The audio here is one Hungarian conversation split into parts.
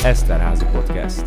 Eszterházy Podcast.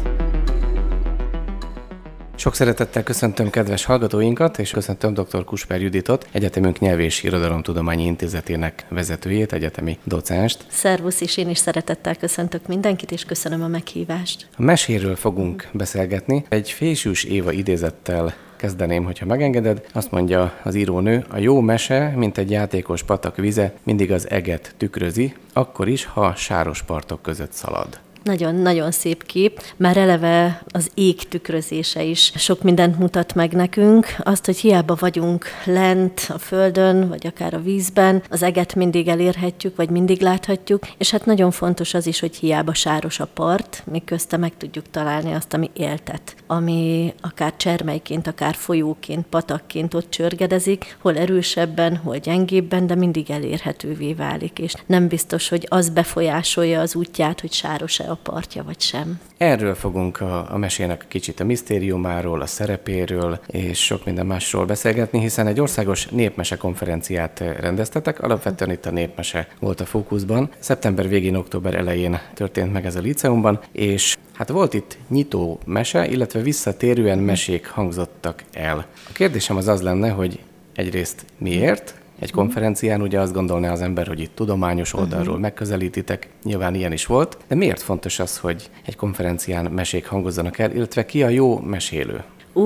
Sok szeretettel köszöntöm kedves hallgatóinkat, és köszöntöm dr. Kusper Juditot, egyetemünk Nyelv- és Irodalomtudományi Intézetének vezetőjét, egyetemi docenst. Szervusz, és én is szeretettel köszöntök mindenkit, és köszönöm a meghívást. A meséről fogunk beszélgetni. Egy Fésűs Éva idézettel kezdeném, hogyha megengeded. Azt mondja az írónő, a jó mese, mint egy játékos patak vize, mindig az eget tükrözi, akkor is, ha sáros partok között szalad. Nagyon-nagyon szép kép, már eleve az ég tükrözése is sok mindent mutat meg nekünk. Azt, hogy hiába vagyunk lent a földön, vagy akár a vízben, az eget mindig elérhetjük, vagy mindig láthatjuk, és hát nagyon fontos az is, hogy hiába sáros a part, még közte meg tudjuk találni azt, ami éltet, ami akár csermelyként, akár folyóként, patakként ott csörgedezik, hol erősebben, hol gyengébben, de mindig elérhetővé válik, és nem biztos, hogy az befolyásolja az útját, hogy sáros-e a partja, vagy sem. Erről fogunk a mesének kicsit a misztériumáról, a szerepéről és sok minden másról beszélgetni, hiszen egy országos népmese konferenciát rendeztetek, alapvetően itt a népmese volt a fókuszban. Szeptember végén, október elején történt meg ez a líceumban, és hát volt itt nyitó mese, illetve visszatérően mesék hangzottak el. A kérdésem az lenne, hogy egyrészt miért? Egy konferencián ugye azt gondolná az ember, hogy itt tudományos oldalról megközelítitek, nyilván ilyen is volt, de miért fontos az, hogy egy konferencián mesék hangozzanak el, illetve ki a jó mesélő?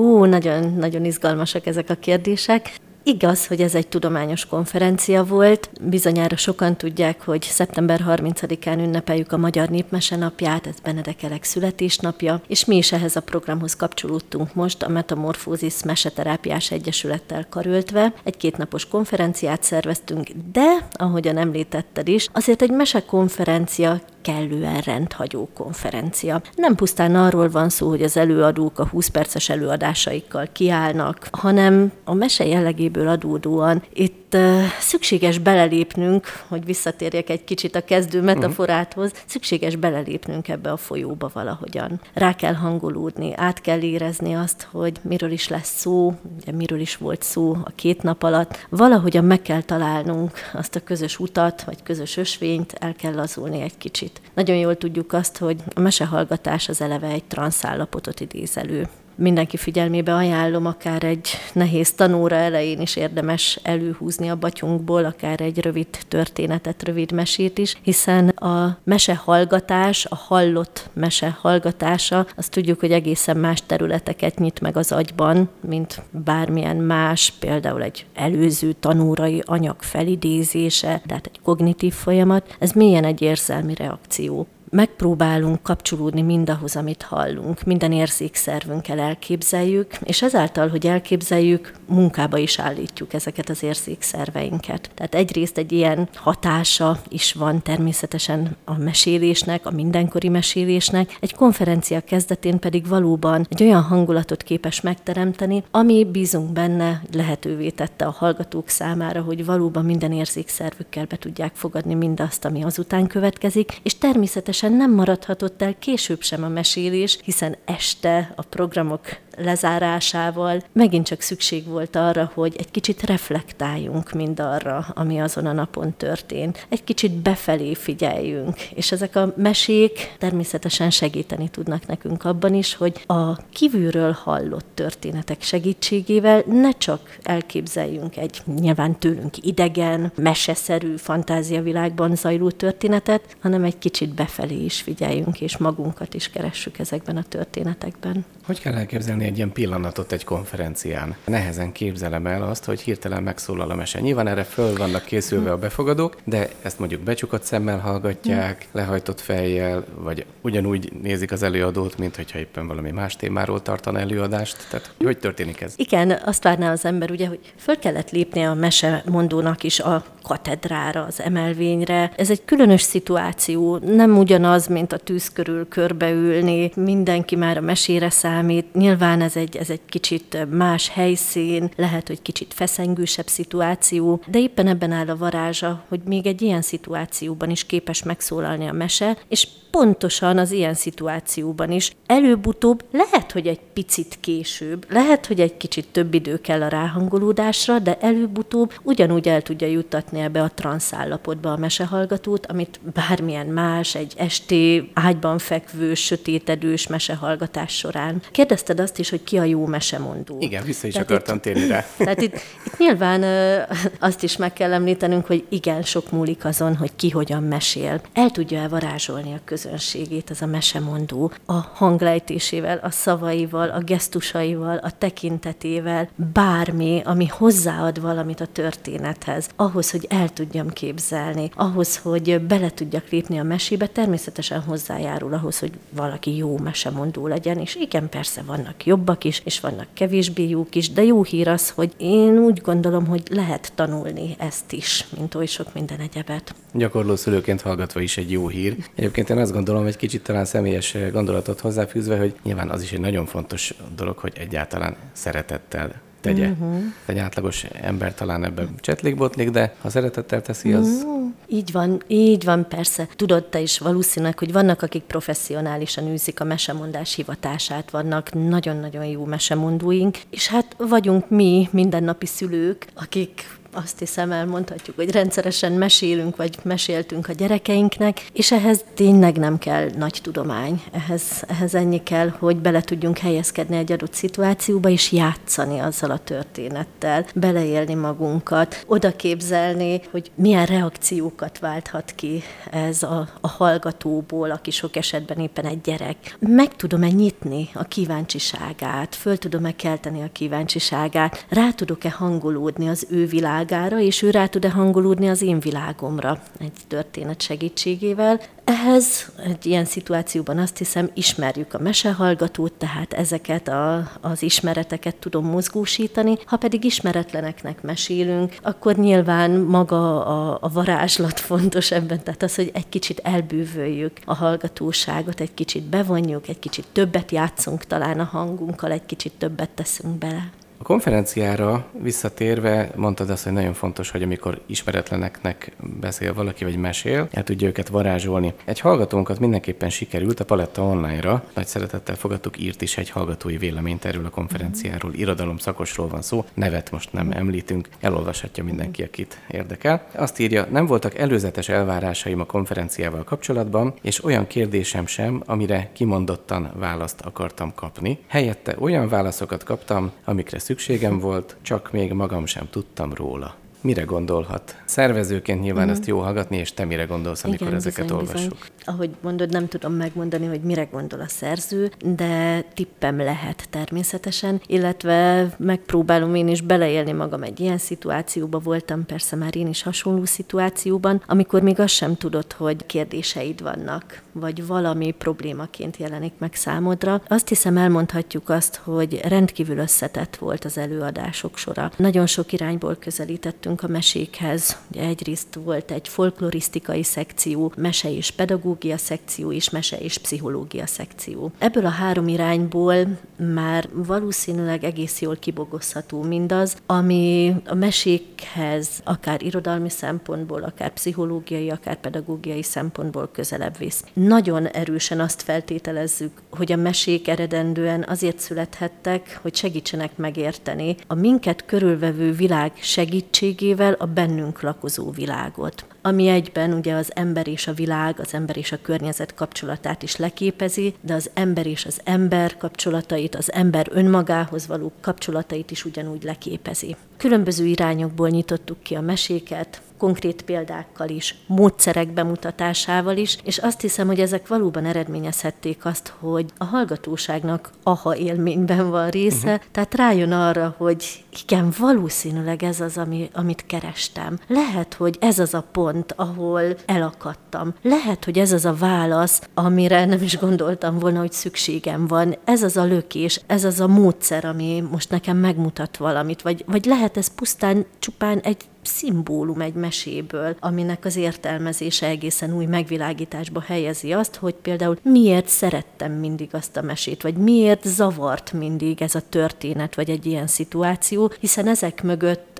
Nagyon izgalmasak ezek a kérdések. Igaz, hogy ez egy tudományos konferencia volt. Bizonyára sokan tudják, hogy szeptember 30-án ünnepeljük a Magyar Népmese napját, ez Benedek Elek születésnapja, és mi is ehhez a programhoz kapcsolódtunk most a Metamorfózis Meseterápiás Egyesülettel karöltve. Egy kétnapos konferenciát szerveztünk, de, ahogyan említetted is, azért egy mesekonferencia kellően rendhagyó konferencia. Nem pusztán arról van szó, hogy az előadók a 20 perces előadásaikkal kiállnak, hanem a mese jellegéből adódóan itt szükséges belelépnünk, hogy visszatérjek egy kicsit a kezdő metaforáthoz, szükséges belelépnünk ebbe a folyóba valahogyan. Rá kell hangolódni, át kell érezni azt, hogy miről is lesz szó, ugye miről is volt szó a 2 nap alatt. Valahogyan meg kell találnunk azt a közös utat, vagy közös ösvényt, el kell lazulni egy kicsit. Nagyon jól tudjuk azt, hogy a mesehallgatás az eleve egy transzállapotot idéz elő. Mindenki figyelmébe ajánlom, akár egy nehéz tanóra elején is érdemes előhúzni a batyunkból, akár egy rövid történetet, rövid mesét is, hiszen a mesehallgatás, a hallott mese hallgatása, azt tudjuk, hogy egészen más területeket nyit meg az agyban, mint bármilyen más, például egy előző tanórai anyag felidézése, tehát egy kognitív folyamat, ez mélyen egy érzelmi reakció. Megpróbálunk kapcsolódni mindahhoz, amit hallunk, minden érzékszervünkkel elképzeljük, és ezáltal, hogy elképzeljük, munkába is állítjuk ezeket az érzékszerveinket. Tehát egyrészt egy ilyen hatása is van természetesen a mesélésnek, a mindenkori mesélésnek, egy konferencia kezdetén pedig valóban egy olyan hangulatot képes megteremteni, ami bízunk benne lehetővé tette a hallgatók számára, hogy valóban minden érzékszervükkel be tudják fogadni mindazt, ami azután következik, és természetesen nem maradhatott el később sem a mesélés, hiszen este a programok lezárásával megint csak szükség volt arra, hogy egy kicsit reflektáljunk mindarra, ami azon a napon történt. Egy kicsit befelé figyeljünk, és ezek a mesék természetesen segíteni tudnak nekünk abban is, hogy a kívülről hallott történetek segítségével ne csak elképzeljünk egy nyilván tőlünk idegen, meseszerű fantáziavilágban zajló történetet, hanem egy kicsit befelé is figyeljünk, és magunkat is keressük ezekben a történetekben. Hogy kell elképzelni egy ilyen pillanatot egy konferencián? Nehezen képzelem el azt, hogy hirtelen megszólal a mese. Nyilván erre föl vannak készülve a befogadók, de ezt mondjuk becsukott szemmel hallgatják, lehajtott fejjel, vagy ugyanúgy nézik az előadót, mint hogyha éppen valami más témáról tartana előadást. Tehát hogy történik ez? Igen, azt várná az ember, ugye, hogy föl kellett lépnie a mesemondónak is a katedrára, az emelvényre. Ez egy különös szituáció, nem ugyanaz, mint a tűz körül körbeülni, mindenki már a mesére számít. Nyilván ez egy kicsit más helyszín, lehet, hogy kicsit feszengősebb szituáció, de éppen ebben áll a varázsa, hogy még egy ilyen szituációban is képes megszólalni a mese, és pontosan az ilyen szituációban is előbb-utóbb lehet, hogy egy picit később, lehet, hogy egy kicsit több idő kell a ráhangolódásra, de előbb-utóbb ugyanúgy el tudja juttatni ebbe a transzállapotba a mesehallgatót, amit bármilyen más, egy esti ágyban fekvő, sötétedős mesehallgatás során. Kérdezted azt is, hogy ki a jó mesemondó. Igen, vissza is akartam térni rá. Tehát itt nyilván azt is meg kell említenünk, hogy igen, sok múlik azon, hogy ki hogyan mesél. El tudja elvarázsolni a közönségét az a mesemondó a hanglejtésével, a szavaival, a gesztusaival, a tekintetével, bármi, ami hozzáad valamit a történethez, ahhoz, hogy el tudjam képzelni, ahhoz, hogy bele tudjak lépni a mesébe, természetesen hozzájárul ahhoz, hogy valaki jó mesemondó legyen, és igen, persze vannak jobbak is, és vannak kevésbé jók is, de jó hír az, hogy én úgy gondolom, hogy lehet tanulni ezt is, mint oly sok minden egyebet. Gyakorló szülőként hallgatva is egy jó hír. Egyébként én azt gondolom, hogy kicsit talán személyes gondolatot hozzáfűzve, hogy nyilván az is egy nagyon fontos dolog, hogy egyáltalán szeretettel tegye. Egy átlagos ember talán ebben csetlik-botlik, de ha szeretettel teszi, az... Így van, persze. Tudod te is valószínűleg, hogy vannak, akik professzionálisan űzik a mesemondás hivatását, vannak nagyon-nagyon jó mesemondóink, és hát vagyunk mi, mindennapi szülők, akik azt hiszem elmondhatjuk, hogy rendszeresen mesélünk, vagy meséltünk a gyerekeinknek, és ehhez tényleg nem kell nagy tudomány. Ehhez ennyi kell, hogy bele tudjunk helyezkedni egy adott szituációba, és játszani azzal a történettel, beleélni magunkat, oda képzelni, hogy milyen reakciókat válthat ki ez a hallgatóból, aki sok esetben éppen egy gyerek. Meg tudom-e nyitni a kíváncsiságát, föl tudom-e kelteni a kíváncsiságát, rá tudok-e hangolódni az ő világára, és ő rá tud-e hangolódni az én világomra egy történet segítségével. Ehhez egy ilyen szituációban azt hiszem, ismerjük a mesehallgatót, tehát ezeket az ismereteket tudom mozgósítani. Ha pedig ismeretleneknek mesélünk, akkor nyilván maga a varázslat fontos ebben, tehát az, hogy egy kicsit elbűvöljük a hallgatóságot, egy kicsit bevonjuk, egy kicsit többet játszunk talán a hangunkkal, egy kicsit többet teszünk bele. A konferenciára visszatérve mondtad azt, hogy nagyon fontos, hogy amikor ismeretleneknek beszél valaki, vagy mesél, el tudja őket varázsolni. Egy hallgatónkat mindenképpen sikerült, a Paletta Online-ra nagy szeretettel fogadtuk, írt is egy hallgatói véleményt erről a konferenciáról, irodalom szakosról van szó, nevet most nem említünk, elolvashatja mindenki, akit érdekel. Azt írja, nem voltak előzetes elvárásaim a konferenciával kapcsolatban, és olyan kérdésem sem, amire kimondottan választ akartam kapni. Helyette olyan válaszokat kaptam, amikre szükségem volt, csak még magam sem tudtam róla. Mire gondolhat? Szervezőként nyilván ezt jó hallgatni, és te mire gondolsz, amikor igen, ezeket olvassuk? Bizony. Ahogy mondod, nem tudom megmondani, hogy mire gondol a szerző, de tippem lehet természetesen, illetve megpróbálom én is beleélni magam egy ilyen szituációba, voltam persze már én is hasonló szituációban, amikor még azt sem tudod, hogy kérdéseid vannak, vagy valami problémaként jelenik meg számodra. Azt hiszem, elmondhatjuk azt, hogy rendkívül összetett volt az előadások sora. Nagyon sok irányból közelítettünk a mesékhez. Ugye egyrészt volt egy folklorisztikai szekció, mese és pedagógia szekció, és mese és pszichológia szekció. Ebből a három irányból már valószínűleg egész jól kibogozható mindaz, ami a mesékhez akár irodalmi szempontból, akár pszichológiai, akár pedagógiai szempontból közelebb visz. Nagyon erősen azt feltételezzük, hogy a mesék eredendően azért születhettek, hogy segítsenek megérteni a minket körülvevő világ segítségével a bennünk lakozó világot, ami egyben ugye az ember és a világ, az ember és a környezet kapcsolatát is leképezi, de az ember és az ember kapcsolatait, az ember önmagához való kapcsolatait is ugyanúgy leképezi. Különböző irányokból nyitottuk ki a meséket, konkrét példákkal is, módszerek bemutatásával is, és azt hiszem, hogy ezek valóban eredményezhették azt, hogy a hallgatóságnak aha élményben van része, tehát rájön arra, hogy igen, valószínűleg ez az, amit kerestem. Lehet, hogy ez az a pont, ahol elakadtam. Lehet, hogy ez az a válasz, amire nem is gondoltam volna, hogy szükségem van. Ez az a lökés, ez az a módszer, ami most nekem megmutat valamit, vagy lehet ez pusztán csupán egy szimbólum egy meséből, aminek az értelmezése egészen új megvilágításba helyezi azt, hogy például miért szerettem mindig azt a mesét, vagy miért zavart mindig ez a történet, vagy egy ilyen szituáció, hiszen ezek mögött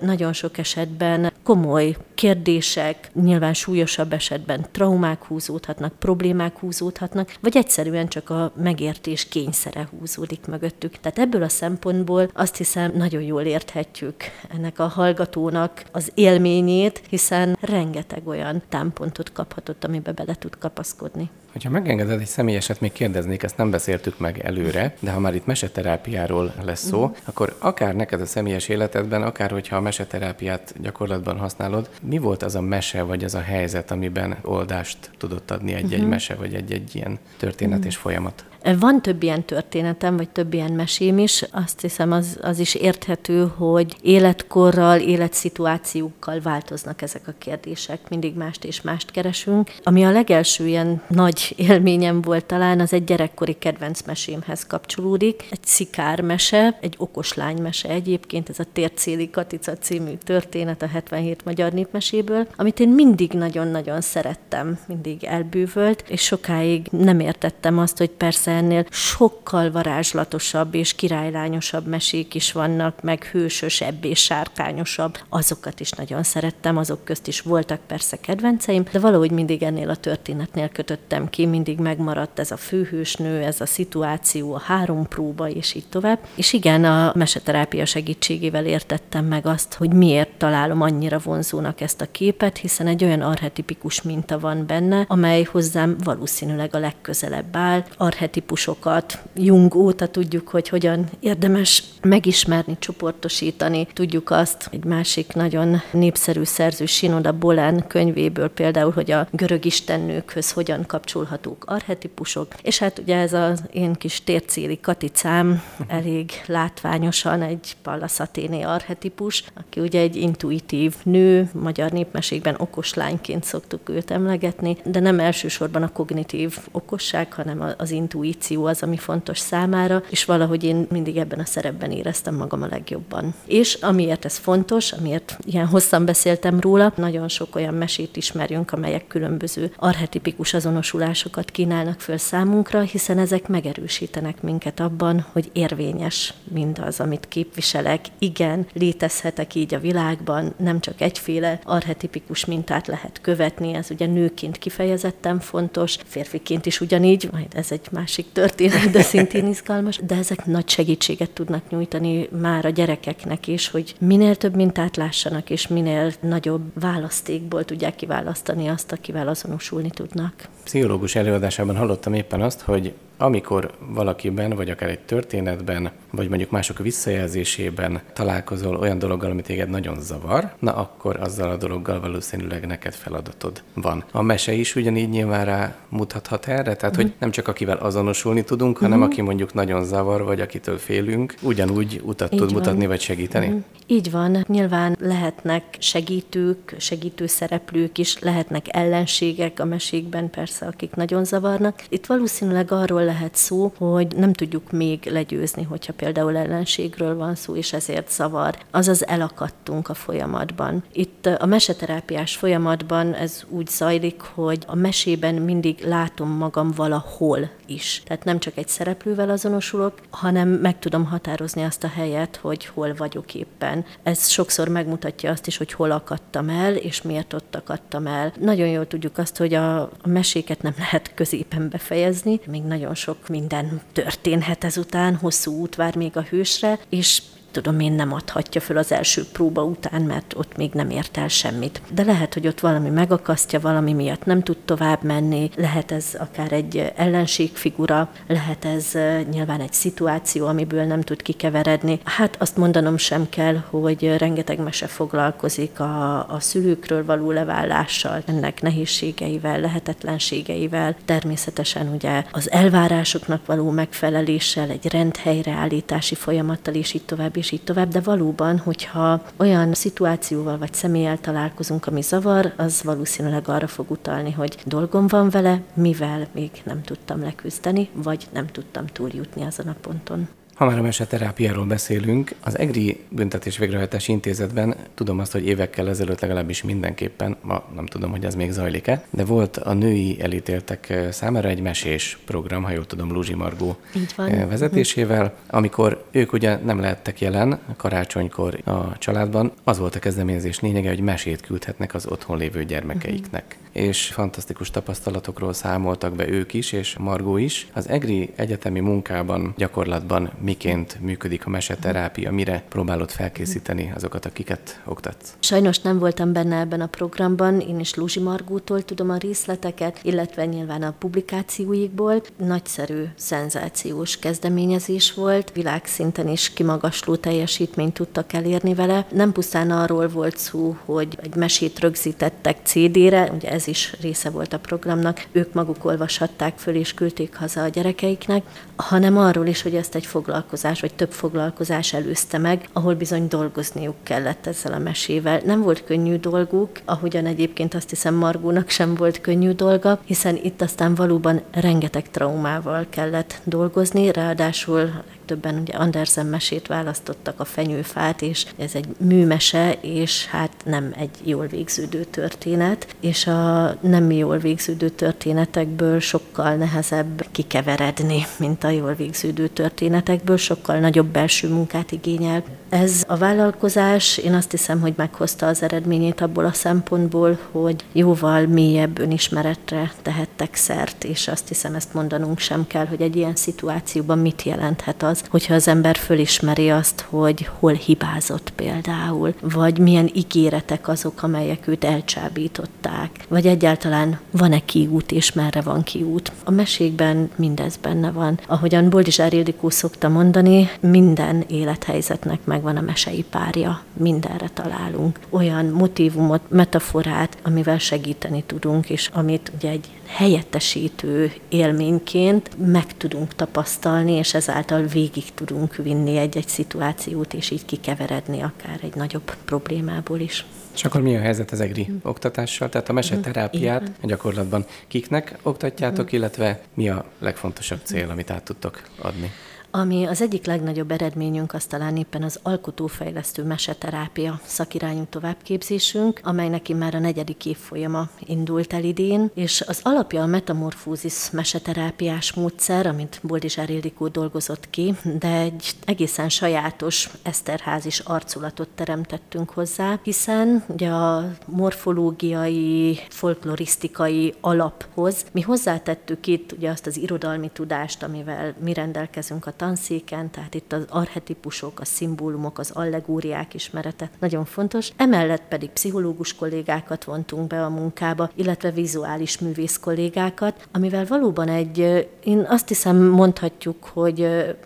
nagyon sok esetben komoly kérdések, nyilván súlyosabb esetben traumák húzódhatnak, problémák húzódhatnak, vagy egyszerűen csak a megértés kényszere húzódik mögöttük. Tehát ebből a szempontból azt hiszem, nagyon jól érthetjük ennek a hallgatónak az élményét, hiszen rengeteg olyan támpontot kaphatott, amiben bele tud kapaszkodni. Hogyha megengeded, egy személyeset még kérdeznék, ezt nem beszéltük meg előre, de ha már itt meseterápiáról lesz szó, akkor akár neked a személyes életedben, akár hogyha a meseterápiát gyakorlatban használod, mi volt az a mese, vagy az a helyzet, amiben oldást tudott adni egy-egy mese, vagy egy-egy ilyen történet és folyamat? Van több ilyen történetem, vagy több ilyen mesém is. Azt hiszem, az is érthető, hogy életkorral, életszituációkkal változnak ezek a kérdések. Mindig mást és mást keresünk. Ami a legelső ilyen nagy élményem volt talán, az egy gyerekkori kedvenc mesémhez kapcsolódik. Egy szikármese, egy okos lánymese egyébként, ez a Tércéli Katica című történet a 77 magyar népmeséből, amit én mindig nagyon-nagyon szerettem, mindig elbűvölt, és sokáig nem értettem azt, hogy persze ennél sokkal varázslatosabb és királylányosabb mesék is vannak, meg hősösebb és sárkányosabb. Azokat is nagyon szerettem, azok közt is voltak persze kedvenceim, de valahogy mindig ennél a történetnél kötöttem ki, mindig megmaradt ez a főhősnő, ez a szituáció, a 3 próba, és így tovább. És igen, a meseterápia segítségével értettem meg azt, hogy miért találom annyira vonzónak ezt a képet, hiszen egy olyan archetipikus minta van benne, amely hozzám valószínűleg a legközelebb áll. Archetipusokat Jung óta tudjuk, hogy hogyan érdemes megismerni, csoportosítani. Tudjuk azt, egy másik nagyon népszerű szerző Shinoda Bolen könyvéből például, hogy a görög istennőkhöz hogyan kapcsolhatók archetipusok. És hát ugye ez az én kis Tércéli Katicám elég látványosan egy Pallas Athéné archetipus, aki ugye egy intuitív nő, magyar népmesékben okos lányként szoktuk őt emlegetni, de nem elsősorban a kognitív okosság, hanem az intuíció az, ami fontos számára, és valahogy én mindig ebben a szerepben éreztem magam a legjobban. És amiért ez fontos, amiért ilyen hosszan beszéltem róla, nagyon sok olyan mesét ismerjünk, amelyek különböző archetipikus azonosulásokat kínálnak föl számunkra, hiszen ezek megerősítenek minket abban, hogy érvényes mindaz, amit képviselek. Igen, létezhetek így a világban, nem csak egyféle archetipikus mintát lehet követni, ez ugye nőként kifejezetten fontos, férfiként is ugyanígy, majd ez egy másik történet, de szintén izgalmas, de ezek nagy segítséget tudnak nyújtani már a gyerekeknek is, hogy minél több mintát lássanak, és minél nagyobb választékból tudják kiválasztani azt, akivel azonosulni tudnak. Pszichológus előadásában hallottam éppen azt, hogy amikor valakiben, vagy akár egy történetben, vagy mondjuk mások visszajelzésében találkozol olyan dologgal, ami téged nagyon zavar, na akkor azzal a dologgal valószínűleg neked feladatod van. A mese is ugyanígy nyilván rá mutathat erre, tehát hogy nem csak akivel azonosulni tudunk, hanem aki mondjuk nagyon zavar, vagy akitől félünk, ugyanúgy utat tud mutatni, vagy segíteni. Így van, nyilván lehetnek segítők, segítő szereplők is, lehetnek ellenségek a mesékben persze, akik nagyon zavarnak. Itt valószínűleg arról lehet szó, hogy nem tudjuk még legyőzni, hogyha például ellenségről van szó, és ezért zavar. Azaz elakadtunk a folyamatban. Itt a meseterápiás folyamatban ez úgy zajlik, hogy a mesében mindig látom magam valahol is. Tehát nem csak egy szereplővel azonosulok, hanem meg tudom határozni azt a helyet, hogy hol vagyok éppen. Ez sokszor megmutatja azt is, hogy hol akadtam el, és miért ott akadtam el. Nagyon jól tudjuk azt, hogy a meséket nem lehet középen befejezni, még nagyon sok minden történhet ezután, hosszú út vár még a hősre, és tudom én, nem adhatja föl az első próba után, mert ott még nem ért el semmit. De lehet, hogy ott valami megakasztja, valami miatt nem tud tovább menni, lehet ez akár egy ellenségfigura, lehet ez nyilván egy szituáció, amiből nem tud kikeveredni. Hát azt mondanom sem kell, hogy rengeteg mese foglalkozik a szülőkről való leválással, ennek nehézségeivel, lehetetlenségeivel, természetesen ugye az elvárásoknak való megfeleléssel, egy rendhelyreállítási folyamattal, és így tovább, de valóban, hogyha olyan szituációval vagy személlyel találkozunk, ami zavar, az valószínűleg arra fog utalni, hogy dolgom van vele, mivel még nem tudtam leküzdeni, vagy nem tudtam túljutni azon a ponton. Ha már a meseterápiáról beszélünk, az EGRI Büntetés Végrehajtási Intézetben tudom azt, hogy évekkel ezelőtt legalábbis mindenképpen, ma nem tudom, hogy ez még zajlik-e, de volt a női elítéltek számára egy mesés program, ha jól tudom, Luzsi Margó vezetésével, amikor ők ugye nem lehettek jelen karácsonykor a családban, az volt a kezdeményezés lényege, hogy mesét küldhetnek az otthon lévő gyermekeiknek. És fantasztikus tapasztalatokról számoltak be ők is, és Margó is. Az EGRI egyetemi munkában, gyakorlatban miként működik a meseterápia, mire próbálod felkészíteni azokat, akiket oktatsz? Sajnos nem voltam benne ebben a programban, én is Luzsi Margótól tudom a részleteket, illetve nyilván a publikációikból. Nagyszerű, szenzációs kezdeményezés volt, világszinten is kimagasló teljesítményt tudtak elérni vele. Nem pusztán arról volt szó, hogy egy mesét rögzítettek CD-re, ugye ez is része volt a programnak, ők maguk olvashatták föl és küldték haza a gyerekeiknek, hanem arról is, hogy ezt egy foglalkozás, vagy több foglalkozás előzte meg, ahol bizony dolgozniuk kellett ezzel a mesével. Nem volt könnyű dolguk, ahogyan egyébként azt hiszem Margónak sem volt könnyű dolga, hiszen itt aztán valóban rengeteg traumával kellett dolgozni, ráadásul többen ugye Andersen mesét választottak, a fenyőfát, és ez egy műmese, és hát nem egy jól végződő történet, és a nem jól végződő történetekből sokkal nehezebb kikeveredni, mint a jól végződő történetekből, sokkal nagyobb belső munkát igényel. Ez a vállalkozás, én azt hiszem, hogy meghozta az eredményét abból a szempontból, hogy jóval mélyebb önismeretre tehettek szert, és azt hiszem, ezt mondanunk sem kell, hogy egy ilyen szituációban mit jelenthet az, hogyha az ember fölismeri azt, hogy hol hibázott például, vagy milyen ígéretek azok, amelyek őt elcsábították, vagy egyáltalán van-e kiút, és merre van kiút. A mesékben mindez benne van. Ahogyan Boldizsár Ildikó szokta mondani, minden élethelyzetnek megvan a mesei párja, mindenre találunk. Olyan motívumot, metaforát, amivel segíteni tudunk, és amit ugye egy helyettesítő élményként meg tudunk tapasztalni, és ezáltal végig tudunk vinni egy-egy szituációt, és így kikeveredni akár egy nagyobb problémából is. És akkor mi a helyzet az EGRI oktatással? Tehát a meseterápiát gyakorlatban kiknek oktatjátok, illetve mi a legfontosabb cél, amit át tudtok adni? Ami az egyik legnagyobb eredményünk, az talán éppen az alkotófejlesztő meseterápia szakirányú továbbképzésünk, amelynek már a 4. évfolyama indult el idén, és az alapja a metamorfózis meseterápiás módszer, amit Boldizsár Ildikó dolgozott ki, de egy egészen sajátos eszterházis arculatot teremtettünk hozzá, hiszen ugye a morfológiai, folklorisztikai alaphoz mi hozzátettük itt ugye azt az irodalmi tudást, amivel mi rendelkezünk a tanszéken, tehát itt az archetipusok, a szimbólumok, az allegóriák ismerete nagyon fontos. Emellett pedig pszichológus kollégákat vontunk be a munkába, illetve vizuális művész kollégákat, amivel valóban én azt hiszem mondhatjuk, hogy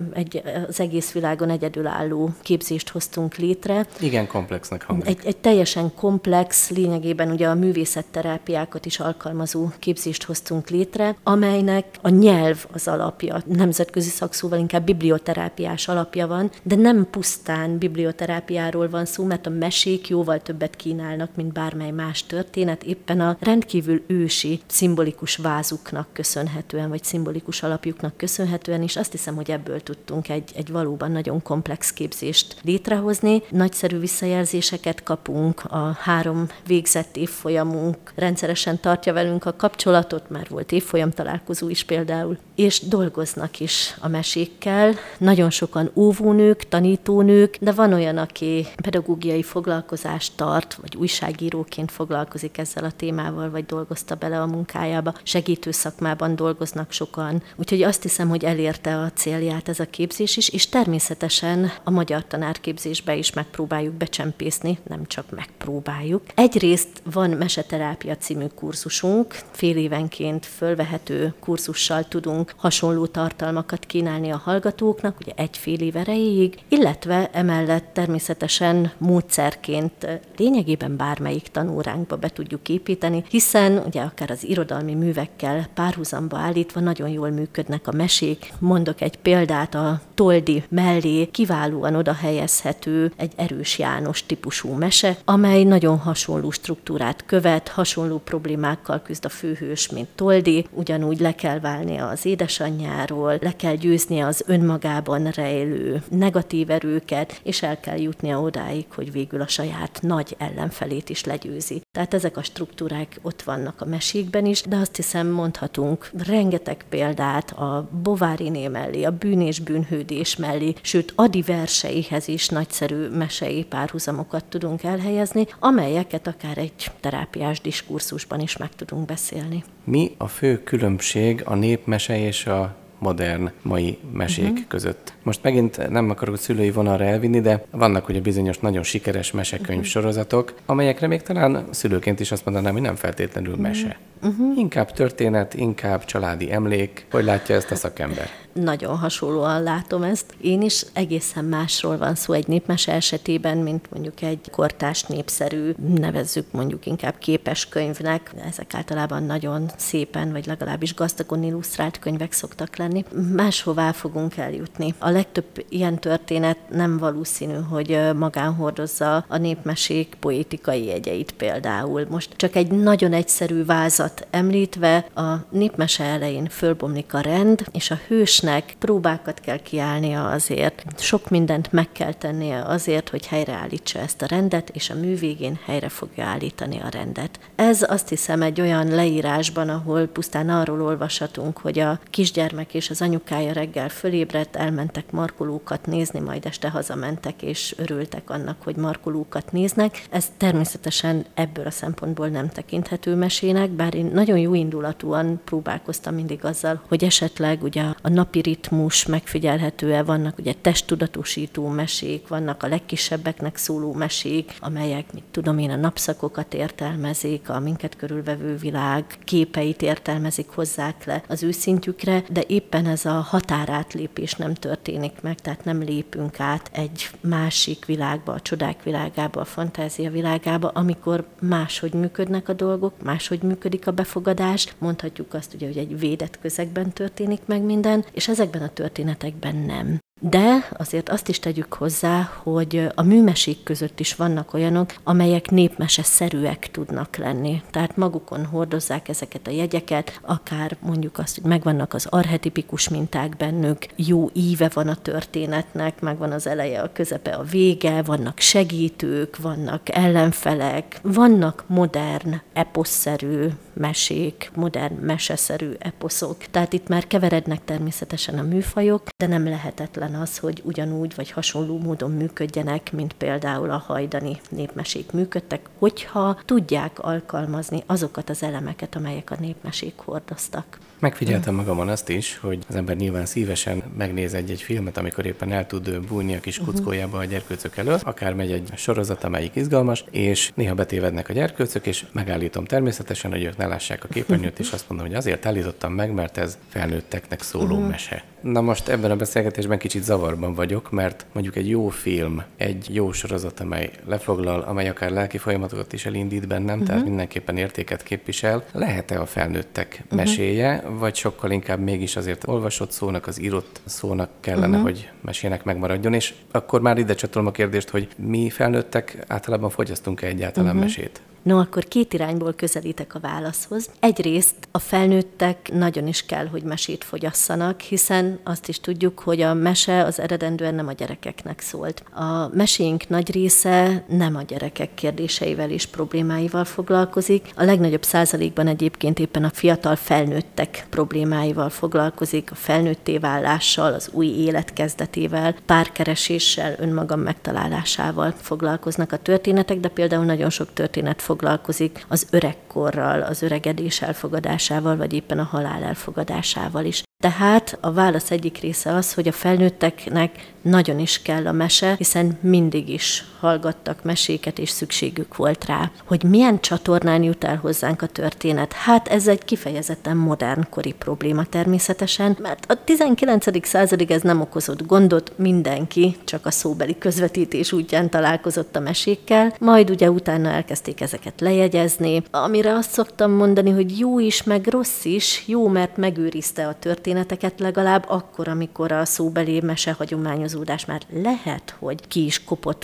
az egész világon egyedülálló képzést hoztunk létre. Igen, komplexnek hangzik. Egy teljesen komplex, lényegében ugye a művészetterápiákat is alkalmazó képzést hoztunk létre, amelynek a nyelv az alapja. Nemzetközi szakszóval inkább biblioterápiás alapja van, de nem pusztán biblioterápiáról van szó, mert a mesék jóval többet kínálnak, mint bármely más történet, éppen a rendkívül ősi, szimbolikus vázuknak köszönhetően, vagy szimbolikus alapjuknak köszönhetően, és azt hiszem, hogy ebből tudtunk egy valóban nagyon komplex képzést létrehozni. Nagyszerű visszajelzéseket kapunk, a 3 végzett évfolyamunk rendszeresen tartja velünk a kapcsolatot, már volt évfolyam találkozó is például, és dolgoznak is a mesékkel. Nagyon sokan óvónők, tanítónők, de van olyan, aki pedagógiai foglalkozást tart, vagy újságíróként foglalkozik ezzel a témával, vagy dolgozta bele a munkájába. Segítő szakmában dolgoznak sokan. Úgyhogy azt hiszem, hogy elérte a célját ez a képzés is, és természetesen a magyar tanárképzésbe is megpróbáljuk becsempészni, nem csak megpróbáljuk. Egyrészt van Meseterápia című kurzusunk, fél évenként fölvehető kurzussal tudunk hasonló tartalmakat kínálni a hallgatóknak, ugye 1,5 év erejéig, illetve emellett természetesen módszerként lényegében bármelyik tanóránkba be tudjuk építeni, hiszen ugye akár az irodalmi művekkel párhuzamba állítva nagyon jól működnek a mesék. Mondok egy példát, a Toldi mellé kiválóan oda helyezhető egy Erős János típusú mese, amely nagyon hasonló struktúrát követ, hasonló problémákkal küzd a főhős, mint Toldi, ugyanúgy le kell válnia az édesanyjáról, le kell győznie az önmagában rejlő negatív erőket, és el kell jutnia odáig, hogy végül a saját nagy ellenfelét is legyőzi. Tehát ezek a struktúrák ott vannak a mesékben is, de azt hiszem mondhatunk rengeteg példát a Bováriné mellé, a Bűn és bűnhődés mellé, sőt Ady verseihez is nagyszerű mesei párhuzamokat tudunk elhelyezni, amelyeket akár egy terápiás diskurzusban is meg tudunk beszélni. Mi a fő különbség a népmese és a modern mai mesék között? Most megint nem akarok szülői vonalra elvinni, de vannak ugye bizonyos nagyon sikeres mesekönyv sorozatok, amelyekre még talán szülőként is azt mondanám, hogy nem feltétlenül mese. Inkább történet, inkább családi emlék. Hogy látja ezt a szakember? Nagyon hasonlóan látom ezt. Én is egészen másról van szó egy népmese esetében, mint mondjuk egy kortárs népszerű, nevezzük mondjuk inkább képeskönyvnek. Ezek általában nagyon szépen, vagy legalábbis gazdagon illusztrált könyvek szoktak lenni. Máshová fogunk eljutni. A legtöbb ilyen történet nem valószínű, hogy magán hordozza a népmesék poétikai jegyeit például. Most csak egy nagyon egyszerű vázat említve, a népmese elején fölbomlik a rend, és a hősnek próbákat kell kiállnia azért. Sok mindent meg kell tennie azért, hogy helyreállítsa ezt a rendet, és a mű végén helyre fogja állítani a rendet. Ez azt hiszem egy olyan leírásban, ahol pusztán arról olvashatunk, hogy a kisgyermek és az anyukája reggel fölébredt, elmentek markolókat nézni, majd este hazamentek, és örültek annak, hogy markolókat néznek. Ez természetesen ebből a szempontból nem tekinthető mesének, bár én nagyon jó indulatúan próbálkoztam mindig azzal, hogy esetleg ugye a napi ritmus megfigyelhető-e, vannak ugye testtudatosító mesék, vannak a legkisebbeknek szóló mesék, amelyek, mit tudom én, a napszakokat értelmezik, a minket körülvevő világ képeit értelmezik, hozzák le az ő szintjükre, de éppen ez a határátlépés nem történik meg, tehát nem lépünk át egy másik világba, a csodák világába, a fantázia világába, amikor máshogy működnek a dolgok, máshogy működik a befogadás, mondhatjuk azt ugye, hogy egy védett közegben történik meg minden, és ezekben a történetekben nem. De azért azt is tegyük hozzá, hogy a műmesék között is vannak olyanok, amelyek népmese-szerűek tudnak lenni. Tehát magukon hordozzák ezeket a jegyeket, akár mondjuk azt, hogy megvannak az archetipikus minták bennük, jó íve van a történetnek, megvan az eleje, a közepe, a vége, vannak segítők, vannak ellenfelek, vannak modern, eposzszerű mesék, modern, meseszerű eposzok. Tehát itt már keverednek természetesen a műfajok, de nem lehetetlen az, hogy ugyanúgy vagy hasonló módon működjenek, mint például a hajdani népmesék működtek, hogyha tudják alkalmazni azokat az elemeket, amelyek a népmesék hordoztak. Megfigyeltem magamon azt is, hogy az ember nyilván szívesen megnéz egy filmet, amikor éppen el tud bújni a kis kuckójába a gyerkőcök elől, akár megy egy sorozat, amelyik izgalmas, és néha betévednek a gyerkőcök, és megállítom természetesen, hogy ők ne lássák a képernyőt, és azt mondom, hogy azért állítottam meg, mert ez felnőtteknek szóló mese. Na most ebben a beszélgetésben kicsit zavarban vagyok, mert mondjuk egy jó film, egy jó sorozat, amely lefoglal, amely akár lelki folyamatokat is elindít bennem, tehát mindenképpen értéket képvisel, lehet-e a felnőttek meséje, vagy sokkal inkább mégis azért olvasott szónak, az írott szónak kellene, hogy mesének megmaradjon, és akkor már ide csatolom a kérdést, hogy mi felnőttek általában fogyasztunk-e egyáltalán mesét? No, akkor két irányból közelítek a válaszhoz. Egyrészt a felnőttek nagyon is kell, hogy mesét fogyasszanak, hiszen azt is tudjuk, hogy a mese az eredendően nem a gyerekeknek szólt. A meséink nagy része nem a gyerekek kérdéseivel és problémáival foglalkozik. A legnagyobb százalékban egyébként éppen a fiatal felnőttek problémáival foglalkozik, a felnőtté válással, az új élet kezdetével, párkereséssel, önmagam megtalálásával foglalkoznak a történetek, de például nagyon sok történet foglalkozik az öregkorral, az öregedés elfogadásával, vagy éppen a halál elfogadásával is. Tehát a válasz egyik része az, hogy a felnőtteknek nagyon is kell a mese, hiszen mindig is hallgattak meséket, és szükségük volt rá. Hogy milyen csatornán jut el hozzánk a történet? Hát ez egy kifejezetten modernkori probléma természetesen, mert a 19. századig ez nem okozott gondot, mindenki csak a szóbeli közvetítés útján találkozott a mesékkel, majd ugye utána elkezdték ezeket lejegyezni, amire azt szoktam mondani, hogy jó is, meg rossz is, jó, mert megőrizte a történeteket legalább akkor, amikor a szóbeli mese hagyományozódás már lehet, hogy ki is kopott volna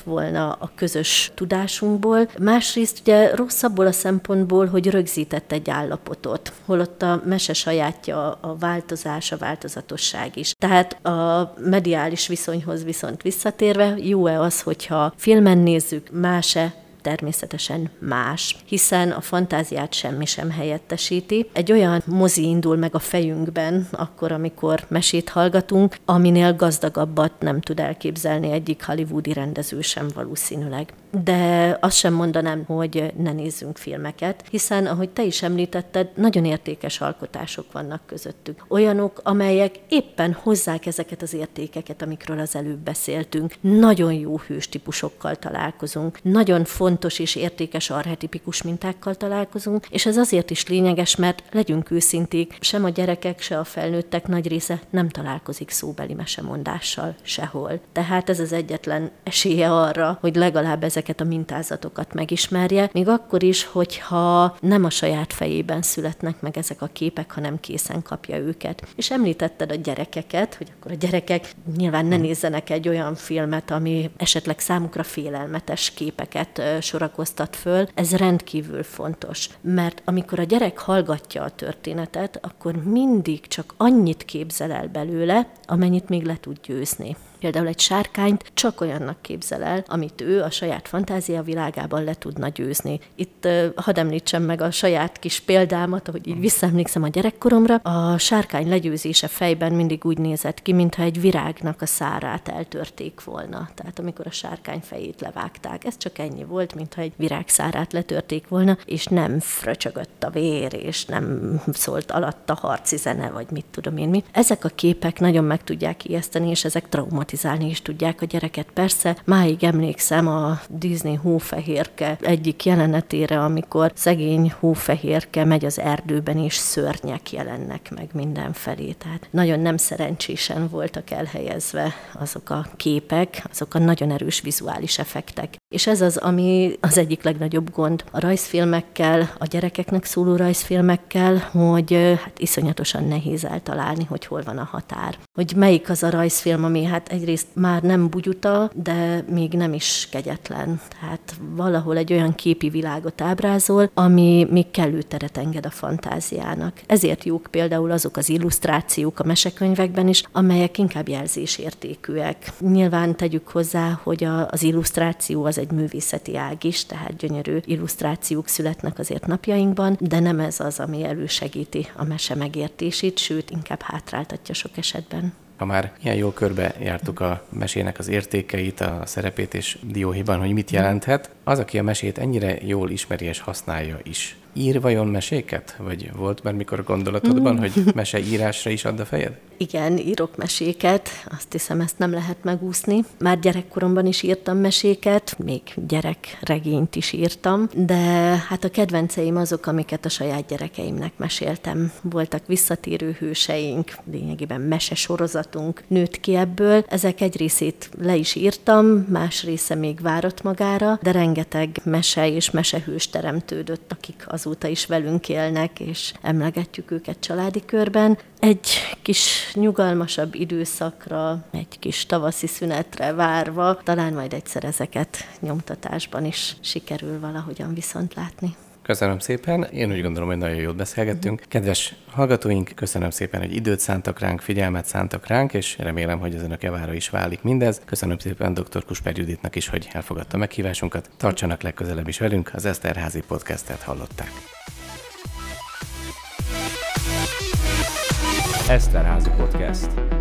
a közös tudásunkból. Másrészt ugye rossz abból a szempontból, hogy rögzített egy állapotot, holott a mese sajátja a változás, a változatosság is. Tehát a mediális viszonyhoz viszont visszatérve, jó-e az, hogyha filmen nézzük, más-e? Természetesen más, hiszen a fantáziát semmi sem helyettesíti. Egy olyan mozi indul meg a fejünkben, akkor, amikor mesét hallgatunk, aminél gazdagabbat nem tud elképzelni egyik hollywoodi rendező sem valószínűleg. De azt sem mondanám, hogy ne nézzünk filmeket, hiszen, ahogy te is említetted, nagyon értékes alkotások vannak közöttük. Olyanok, amelyek éppen hozzák ezeket az értékeket, amikről az előbb beszéltünk. Nagyon jó hőstípusokkal találkozunk, nagyon fontos és értékes archetipikus mintákkal találkozunk, és ez azért is lényeges, mert legyünk őszinték, sem a gyerekek, se a felnőttek nagy része nem találkozik szóbeli mesemondással sehol. Tehát ez az egyetlen esélye arra, hogy legalább ezeket a mintázatokat megismerje, még akkor is, hogyha nem a saját fejében születnek meg ezek a képek, hanem készen kapja őket. És említetted a gyerekeket, hogy akkor a gyerekek nyilván ne nézzenek egy olyan filmet, ami esetleg számukra félelmetes képeket sorakoztat föl. Ez rendkívül fontos, mert amikor a gyerek hallgatja a történetet, akkor mindig csak annyit képzel el belőle, amennyit még le tud győzni. Például egy sárkányt csak olyannak képzel el, amit ő a saját fantázia világában le tudna győzni. Itt hadd említsem meg a saját kis példámat, ahogy így visszaemlékszem a gyerekkoromra. A sárkány legyőzése fejben mindig úgy nézett ki, mintha egy virágnak a szárát eltörték volna. Tehát amikor a sárkány fejét levágták, ez csak ennyi volt, mintha egy virág szárát letörték volna, és nem fröcsögött a vér, és nem szólt alatta harci zene, vagy mit tudom én mit. Ezek a képek nagyon meg tudják ijeszteni, és ezek traumatizálni is tudják a gyereket. Persze, máig emlékszem a Disney Hófehérke egyik jelenetére, amikor szegény Hófehérke megy az erdőben, és szörnyek jelennek meg mindenfelé. Tehát nagyon nem szerencsésen voltak elhelyezve azok a képek, azok a nagyon erős vizuális effektek. És ez az, ami az egyik legnagyobb gond a rajzfilmekkel, a gyerekeknek szóló rajzfilmekkel, hogy hát iszonyatosan nehéz eltalálni, hogy hol van a határ. Hogy melyik az a rajzfilm, ami hát egyrészt már nem bugyuta, de még nem is kegyetlen. Tehát valahol egy olyan képi világot ábrázol, ami még kellő teret enged a fantáziának. Ezért jók például azok az illusztrációk a mesekönyvekben is, amelyek inkább jelzésértékűek. Nyilván tegyük hozzá, hogy az illusztráció az egy művészeti ág is, tehát gyönyörű illusztrációk születnek azért napjainkban, de nem ez az, ami elősegíti a mese megértését, sőt, inkább hátráltatja sok esetben. Ha már ilyen jól körbe jártuk a mesének az értékeit, a szerepét és dióhéjban, hogy mit jelenthet, az, aki a mesét ennyire jól ismeri és használja is, ír vajon meséket? Vagy volt már mikor gondolatodban, hogy meseírásra is add a fejed? Igen, írok meséket, azt hiszem, ezt nem lehet megúszni. Már gyerekkoromban is írtam meséket, még gyerekregényt is írtam, de hát a kedvenceim azok, amiket a saját gyerekeimnek meséltem. Voltak visszatérő hőseink, lényegében mesesorozatunk nőtt ki ebből. Ezek egy részét le is írtam, más része még várott magára, de rengeteg mese és mesehős teremtődött, akik azóta is velünk élnek, és emlegetjük őket családi körben. Egy kis nyugalmasabb időszakra, egy kis tavaszi szünetre várva, talán majd egyszer ezeket nyomtatásban is sikerül valahogyan viszont látni. Köszönöm szépen, én úgy gondolom, hogy nagyon jót beszélgettünk. Kedves hallgatóink, köszönöm szépen, hogy időt szántak ránk, figyelmet szántak ránk, és remélem, hogy az önök javára is válik mindez. Köszönöm szépen dr. Kusper Juditnak is, hogy elfogadta meghívásunkat. Tartsanak legközelebb is velünk, az Eszterházy podcastet hallották. Eszterházy podcast.